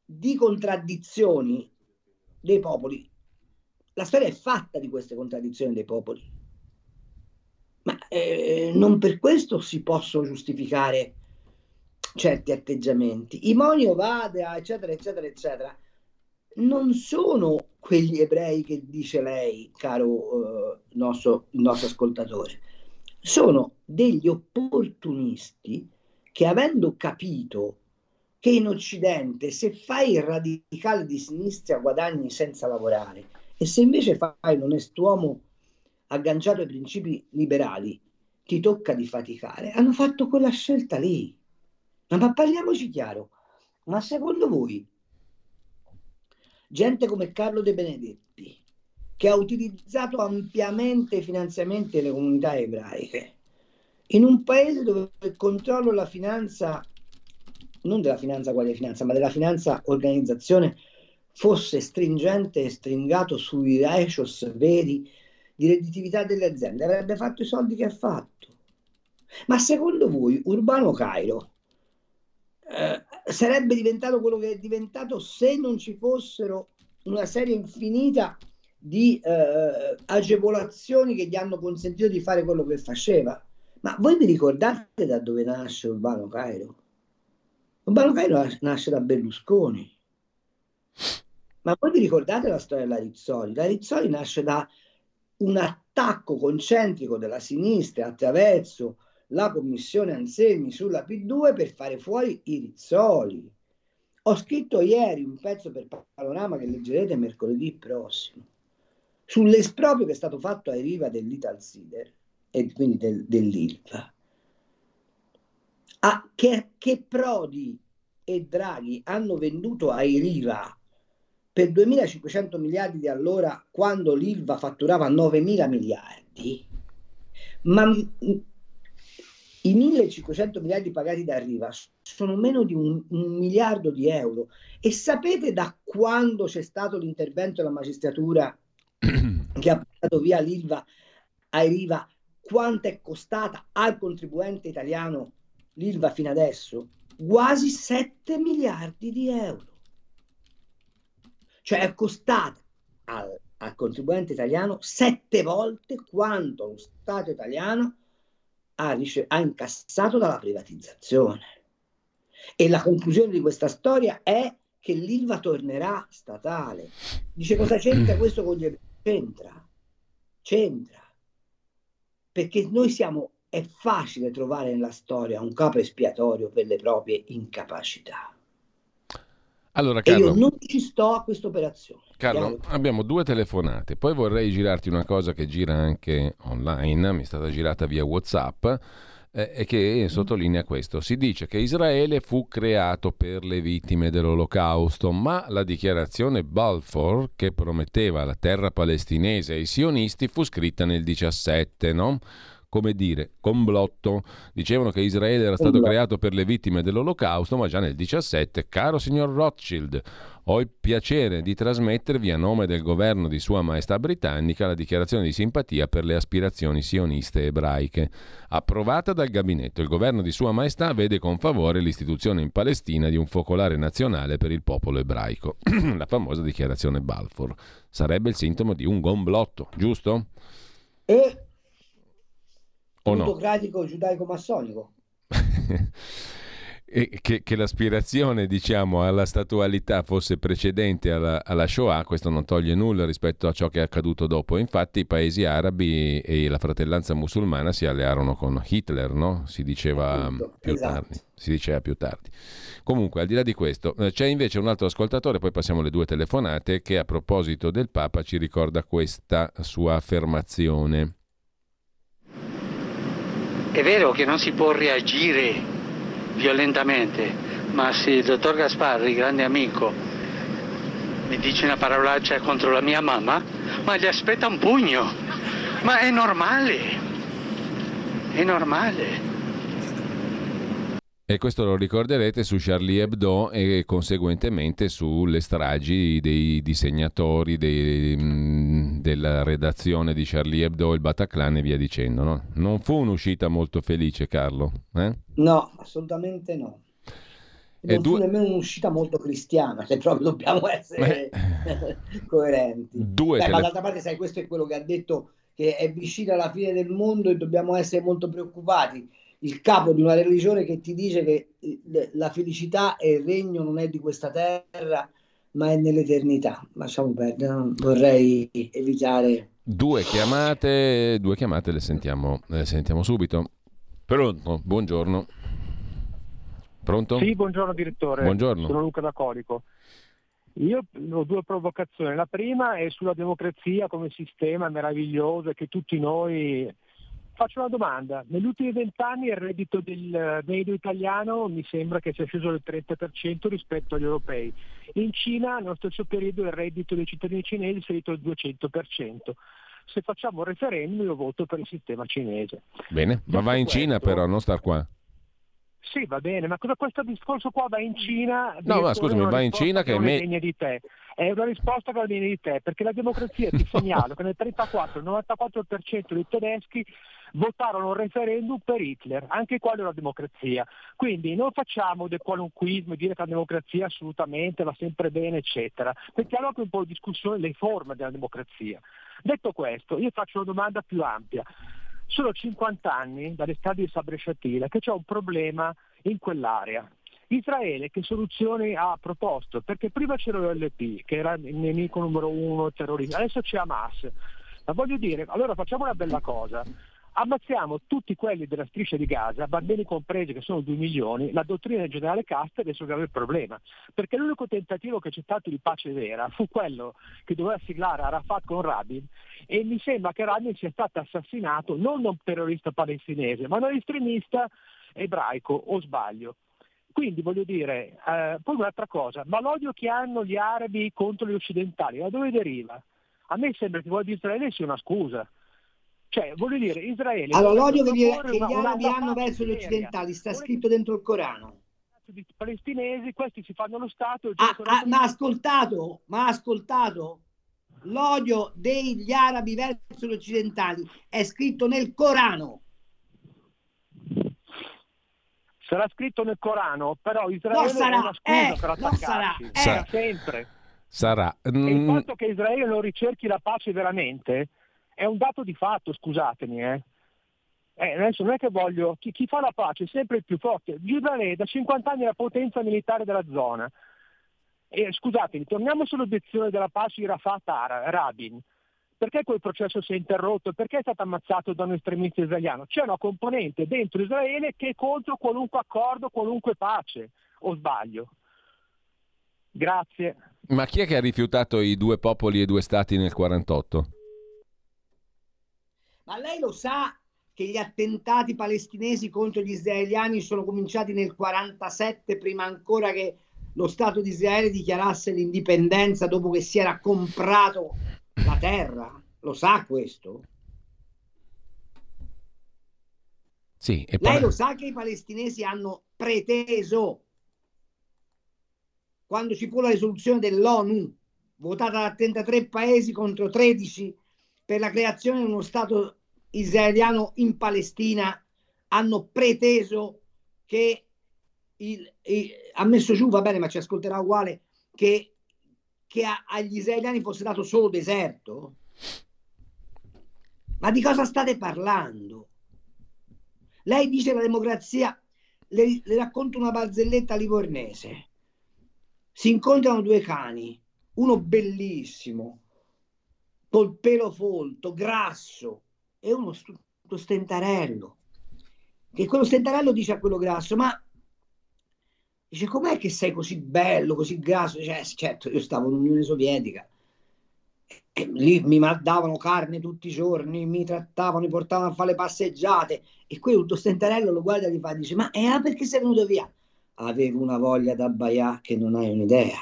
di contraddizioni dei popoli. La storia è fatta di queste contraddizioni dei popoli, ma non per questo si possono giustificare certi atteggiamenti. I Monio Vada, eccetera, eccetera, eccetera, non sono quegli ebrei che dice lei, caro il nostro ascoltatore. Sono degli opportunisti che, avendo capito che in Occidente se fai il radicale di sinistra guadagni senza lavorare, e se invece fai l'onest'uomo agganciato ai principi liberali ti tocca di faticare, hanno fatto quella scelta lì. Ma parliamoci chiaro, ma secondo voi gente come Carlo De Benedetti, che ha utilizzato ampiamente i finanziamenti delle comunità ebraiche, in un paese dove il controllo della finanza, non della finanza quale finanza, ma della finanza organizzazione, fosse stringente e stringato sui ratios veri di redditività delle aziende, avrebbe fatto i soldi che ha fatto. Ma secondo voi Urbano Cairo sarebbe diventato quello che è diventato se non ci fossero una serie infinita di agevolazioni che gli hanno consentito di fare quello che faceva? Ma voi vi ricordate da dove nasce Urbano Cairo? Urbano Cairo nasce da Berlusconi. Ma voi vi ricordate la storia della Rizzoli? La Rizzoli nasce da un attacco concentrico della sinistra attraverso la commissione Anselmi sulla P2 per fare fuori i Rizzoli. Ho scritto ieri un pezzo per Panorama che leggerete mercoledì prossimo sull'esproprio che è stato fatto ai Riva dell'Italsider e quindi dell'Ilva. Che Prodi e Draghi hanno venduto ai Riva per 2.500 miliardi di allora, quando l'Ilva fatturava 9.000 miliardi, ma i 1.500 miliardi pagati da Riva sono meno di un miliardo di euro. E sapete da quando c'è stato l'intervento della magistratura che ha portato via l'Ilva ai Riva, quanto è costata al contribuente italiano l'Ilva fino adesso? Quasi 7 miliardi di euro. Cioè è costata al contribuente italiano 7 volte quanto lo Stato italiano ha incassato dalla privatizzazione. E la conclusione di questa storia è che l'Ilva tornerà statale. Dice, cosa c'entra questo con gli ebrei? C'entra. Perché è facile trovare nella storia un capo espiatorio per le proprie incapacità. Allora, Carlo, e io non ci sto a questa operazione. Carlo, abbiamo 2 telefonate, poi vorrei girarti una cosa che gira anche online, mi è stata girata via WhatsApp, e che sottolinea questo. Si dice che Israele fu creato per le vittime dell'Olocausto, ma la dichiarazione Balfour, che prometteva la terra palestinese ai sionisti, fu scritta nel 17, no? Come dire, complotto. Dicevano che Israele era stato creato per le vittime dell'Olocausto, ma già nel 17, caro signor Rothschild, ho il piacere di trasmettervi a nome del governo di Sua Maestà Britannica la dichiarazione di simpatia per le aspirazioni sioniste ebraiche. Approvata dal gabinetto, il governo di Sua Maestà vede con favore l'istituzione in Palestina di un focolare nazionale per il popolo ebraico. La famosa dichiarazione Balfour. Sarebbe il sintomo di un complotto, giusto? E o no? Autocratico giudaico-massonico. E che l'aspirazione, diciamo, alla statualità fosse precedente alla Shoah, questo non toglie nulla rispetto a ciò che è accaduto dopo. Infatti i paesi arabi e la fratellanza musulmana si allearono con Hitler, no? Si diceva più tardi. Si diceva più tardi. Comunque, al di là di questo, c'è invece un altro ascoltatore, poi passiamo alle 2 telefonate, che a proposito del Papa ci ricorda questa sua affermazione. È vero che non si può reagire violentamente, ma se il dottor Gasparri, grande amico, mi dice una parolaccia contro la mia mamma, ma gli aspetta un pugno. Ma è normale. È normale. E questo lo ricorderete su Charlie Hebdo e conseguentemente sulle stragi dei disegnatori della redazione di Charlie Hebdo, il Bataclan e via dicendo, no? Non fu un'uscita molto felice, Carlo? No, assolutamente no. non fu nemmeno un'uscita molto cristiana, se proprio dobbiamo essere coerenti. Ma d'altra parte, sai, questo è quello che ha detto, che è vicina alla fine del mondo e dobbiamo essere molto preoccupati. Il capo di una religione che ti dice che la felicità e il regno non è di questa terra, ma è nell'eternità. Lasciamo perdere, non vorrei evitare. Due chiamate le sentiamo subito. Pronto? Buongiorno. Pronto? Sì, buongiorno direttore. Buongiorno. Sono Luca da Colico. Io ho due provocazioni. La prima è sulla democrazia come sistema meraviglioso che tutti noi... Faccio una domanda. Negli ultimi 20 anni il reddito del medio italiano mi sembra che sia sceso del 30% rispetto agli europei. In Cina, nello stesso periodo, il reddito dei cittadini cinesi è salito del 200%. Se facciamo un referendum io voto per il sistema cinese. Bene, ma va in Cina però, non star qua. Sì, va bene, ma questo discorso qua va in Cina? No, ma scusami, va in Cina che non è degna di te. È una risposta che va degna di te, perché la democrazia, ti segnalo che nel 34 il 94% dei tedeschi votarono un referendum per Hitler, anche quella è una democrazia. Quindi non facciamo del qualunquismo e dire che la democrazia assolutamente va sempre bene, eccetera. Mettiamo anche un po' in discussione le forme della democrazia. Detto questo, io faccio una domanda più ampia. Sono 50 anni dalle strade di Sabra e Shatila che c'è un problema in quell'area. Israele che soluzioni ha proposto? Perché prima c'era l'OLP, che era il nemico numero uno terrorista, adesso c'è Hamas. Ma voglio dire, allora facciamo una bella cosa. Ammazziamo tutti quelli della striscia di Gaza, bambini compresi che sono 2 milioni, la dottrina del generale Castro risolveva il problema. Perché l'unico tentativo che c'è stato di pace vera fu quello che doveva siglare Arafat con Rabin e mi sembra che Rabin sia stato assassinato non da un terrorista palestinese ma da un estremista ebraico, o sbaglio? Quindi voglio dire, poi un'altra cosa, ma l'odio che hanno gli arabi contro gli occidentali, da dove deriva? A me sembra che l'odio di Israele sia una scusa. Cioè, voglio dire, Israele... Allora, l'odio che gli arabi hanno verso gli occidentali sta scritto dentro il Corano. I palestinesi, questi si fanno lo Stato... Ma ha ascoltato? L'odio degli arabi verso gli occidentali è scritto nel Corano. Sarà scritto nel Corano, però Israele è una scusa per attaccarci. Sarà. Sempre. Sarà. E il fatto che Israele non ricerchi la pace veramente... è un dato di fatto, scusatemi. Adesso non è che voglio... Chi fa la pace è sempre il più forte. Israele da 50 anni è la potenza militare della zona. E scusatemi, torniamo sull'obiezione della pace di Rafat Rabin. Perché quel processo si è interrotto? Perché è stato ammazzato da un estremista israeliano? C'è una componente dentro Israele che è contro qualunque accordo, qualunque pace. O sbaglio? Grazie. Ma chi è che ha rifiutato i 2 popoli e 2 stati nel 48? Ma lei lo sa che gli attentati palestinesi contro gli israeliani sono cominciati nel 47, prima ancora che lo Stato di Israele dichiarasse l'indipendenza dopo che si era comprato la terra? Lo sa questo? Sì. E lei lo sa che i palestinesi hanno preteso, quando ci fu la risoluzione dell'ONU, votata da 33 paesi contro 13, per la creazione di uno Stato israeliano in Palestina, hanno preteso che ha messo giù, va bene, ma ci ascolterà uguale, che agli israeliani fosse dato solo deserto? Ma di cosa state parlando? Lei dice la democrazia, le racconto una barzelletta livornese. Si incontrano 2 cani, uno bellissimo, col pelo folto, grasso, e uno stentarello, che quello stentarello dice a quello grasso: ma dice, com'è che sei così bello, così grasso? Dice, certo, io stavo in Unione Sovietica e lì mi davano carne tutti i giorni, mi trattavano, mi portavano a fare le passeggiate. E quello stentarello lo guarda e gli fa, dice, ma perché sei venuto via? Avevo una voglia d'abbaià che non hai un'idea.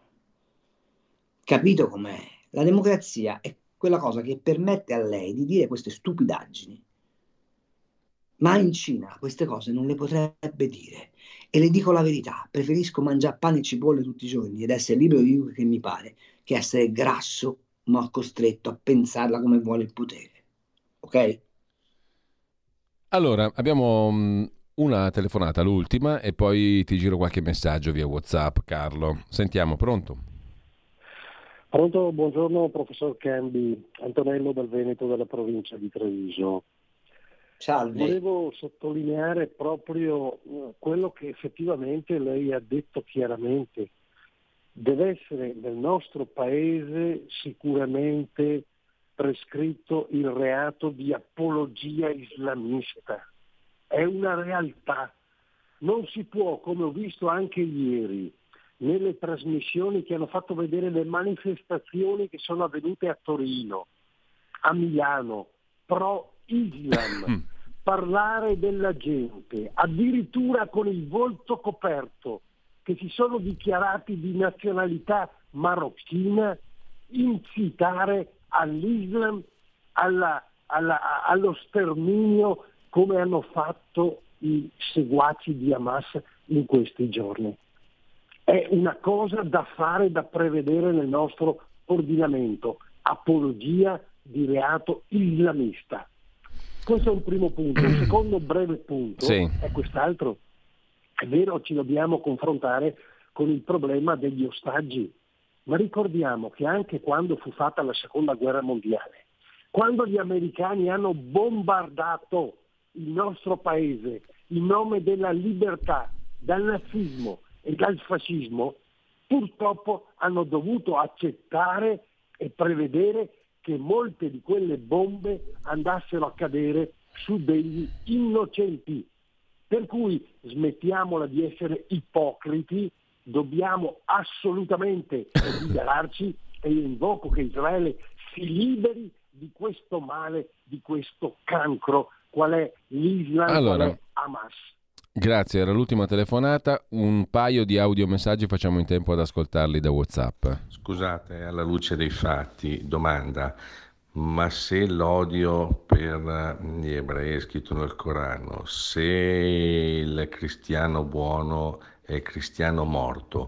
Capito com'è? La democrazia è quella cosa che permette a lei di dire queste stupidaggini, ma in Cina queste cose non le potrebbe dire. E le dico la verità, preferisco mangiare pane e cipolle tutti i giorni ed essere libero di dire che mi pare, che essere grasso ma costretto a pensarla come vuole il potere. Ok? Allora, abbiamo Una telefonata, l'ultima, e poi ti giro qualche messaggio via WhatsApp, Carlo. Sentiamo, pronto? Pronto, buongiorno professor Cambi, Antonello dal Veneto, della provincia di Treviso. Salve. Volevo sottolineare proprio quello che effettivamente lei ha detto chiaramente. Deve essere nel nostro paese sicuramente prescritto il reato di apologia islamista. È una realtà. Non si può, come ho visto anche ieri, nelle trasmissioni che hanno fatto vedere le manifestazioni che sono avvenute a Torino, a Milano, pro-Islam, parlare della gente, addirittura con il volto coperto, che si sono dichiarati di nazionalità marocchina, incitare all'Islam, allo sterminio, come hanno fatto i seguaci di Hamas in questi giorni. È una cosa da fare, da prevedere nel nostro ordinamento, apologia di reato islamista. Questo è un primo punto. Un secondo breve punto è quest'altro. È vero, ci dobbiamo confrontare con il problema degli ostaggi, ma ricordiamo che anche quando fu fatta la seconda guerra mondiale, quando gli americani hanno bombardato il nostro paese in nome della libertà dal nazismo e dal fascismo, purtroppo hanno dovuto accettare e prevedere che molte di quelle bombe andassero a cadere su degli innocenti. Per cui smettiamola di essere ipocriti, dobbiamo assolutamente liberarci, e io invoco che Israele si liberi di questo male, di questo cancro, qual è l'Islam, qual è Hamas. Grazie, era l'ultima telefonata. Un paio di audiomessaggi, facciamo in tempo ad ascoltarli da WhatsApp. Scusate, alla luce dei fatti, domanda: ma se l'odio per gli ebrei è scritto nel Corano, se il cristiano buono è cristiano morto,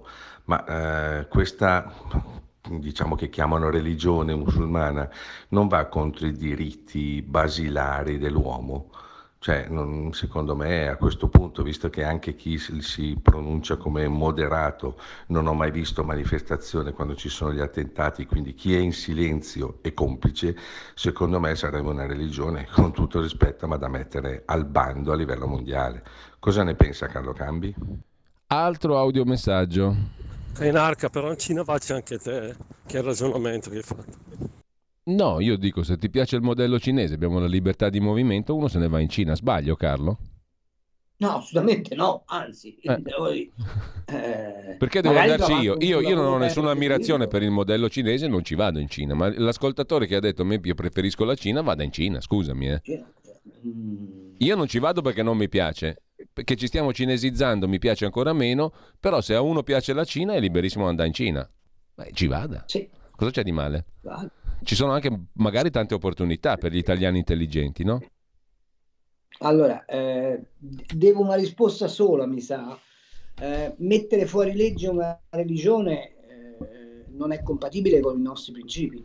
ma questa, diciamo, che chiamano religione musulmana, non va contro i diritti basilari dell'uomo? Cioè, secondo me, a questo punto, visto che anche chi si pronuncia come moderato, non ho mai visto manifestazione quando ci sono gli attentati, quindi chi è in silenzio è complice, secondo me sarebbe una religione, con tutto rispetto, ma da mettere al bando a livello mondiale. Cosa ne pensa Carlo Cambi? Altro audiomessaggio. Enarca, però in Cina faccia anche te, che è il ragionamento che hai fatto. No, io dico, se ti piace il modello cinese, abbiamo la libertà di movimento, uno se ne va in Cina. Sbaglio, Carlo? No, assolutamente no, anzi. Perché devo andarci io? Io non ho nessuna ammirazione per il modello cinese, non ci vado in Cina, ma l'ascoltatore che ha detto a me io preferisco la Cina, vada in Cina, scusami. Io non ci vado perché non mi piace, perché ci stiamo cinesizzando, mi piace ancora meno, però se a uno piace la Cina è liberissimo andare in Cina. Ci vada. Sì. Cosa c'è di male? Ci sono anche magari tante opportunità per gli italiani intelligenti, no? Allora, devo una risposta sola, mi sa. Mettere fuori legge una religione non è compatibile con i nostri principi.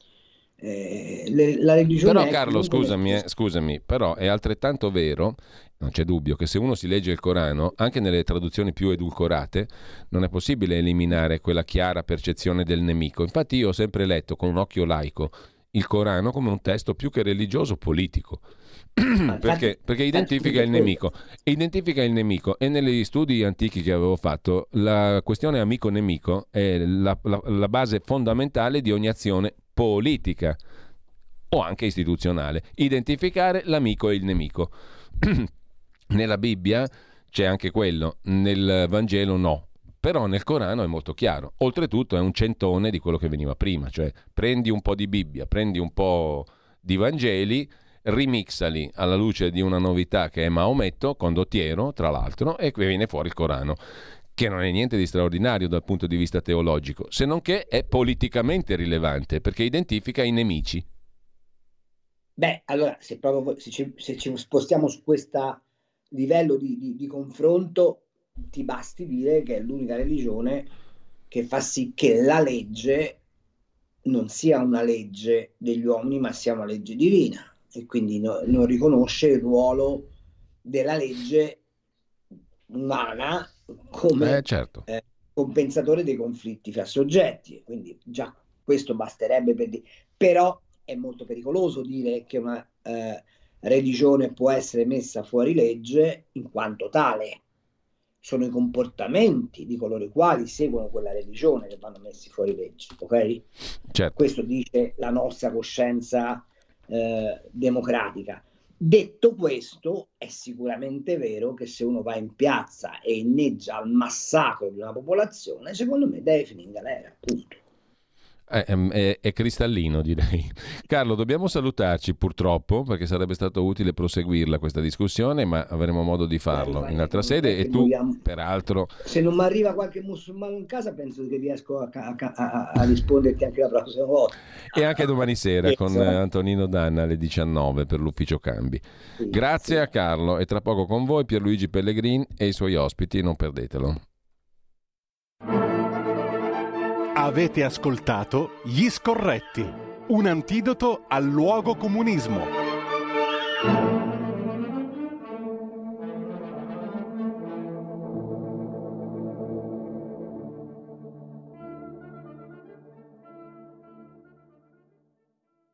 La religione però Carlo, scusami, però è altrettanto vero, non c'è dubbio, che se uno si legge il Corano, anche nelle traduzioni più edulcorate, non è possibile eliminare quella chiara percezione del nemico. Infatti io ho sempre letto con un occhio laico il Corano come un testo più che religioso politico. perché identifica il nemico e negli studi antichi che avevo fatto la questione amico-nemico è la base fondamentale di ogni azione politica o anche istituzionale, identificare l'amico e il nemico. Nella Bibbia c'è anche quello, nel Vangelo no, però nel Corano è molto chiaro. Oltretutto è un centone di quello che veniva prima, cioè prendi un po' di Bibbia, prendi un po' di Vangeli, remixali alla luce di una novità che è Maometto, condottiero tra l'altro, e qui viene fuori il Corano, che non è niente di straordinario dal punto di vista teologico, se non che è politicamente rilevante perché identifica i nemici. Beh, allora se ci spostiamo su questo livello di confronto, ti basti dire che è l'unica religione che fa sì che la legge non sia una legge degli uomini, ma sia una legge divina, e quindi non riconosce il ruolo della legge umana come certo. compensatore dei conflitti fra soggetti, quindi già questo basterebbe per dire. Però è molto pericoloso dire che una religione può essere messa fuori legge in quanto tale. Sono i comportamenti di coloro i quali seguono quella religione che vanno messi fuori legge, ok? Certo. Questo dice la nostra coscienza democratica. Detto questo, è sicuramente vero che se uno va in piazza e inneggia al massacro di una popolazione, secondo me deve finire in galera, punto. È cristallino, direi. Carlo, dobbiamo salutarci purtroppo, perché sarebbe stato utile proseguirla questa discussione, ma avremo modo di farlo in altra sede. E tu, peraltro... Se non mi arriva qualche musulmano in casa, penso che riesco a risponderti anche la prossima volta. E anche domani sera con Antonino Danna alle 19 per l'ufficio cambi. Grazie a Carlo, e tra poco con voi Pierluigi Pellegrin e i suoi ospiti, non perdetelo. Avete ascoltato Gli Scorretti, un antidoto al luogo comunismo.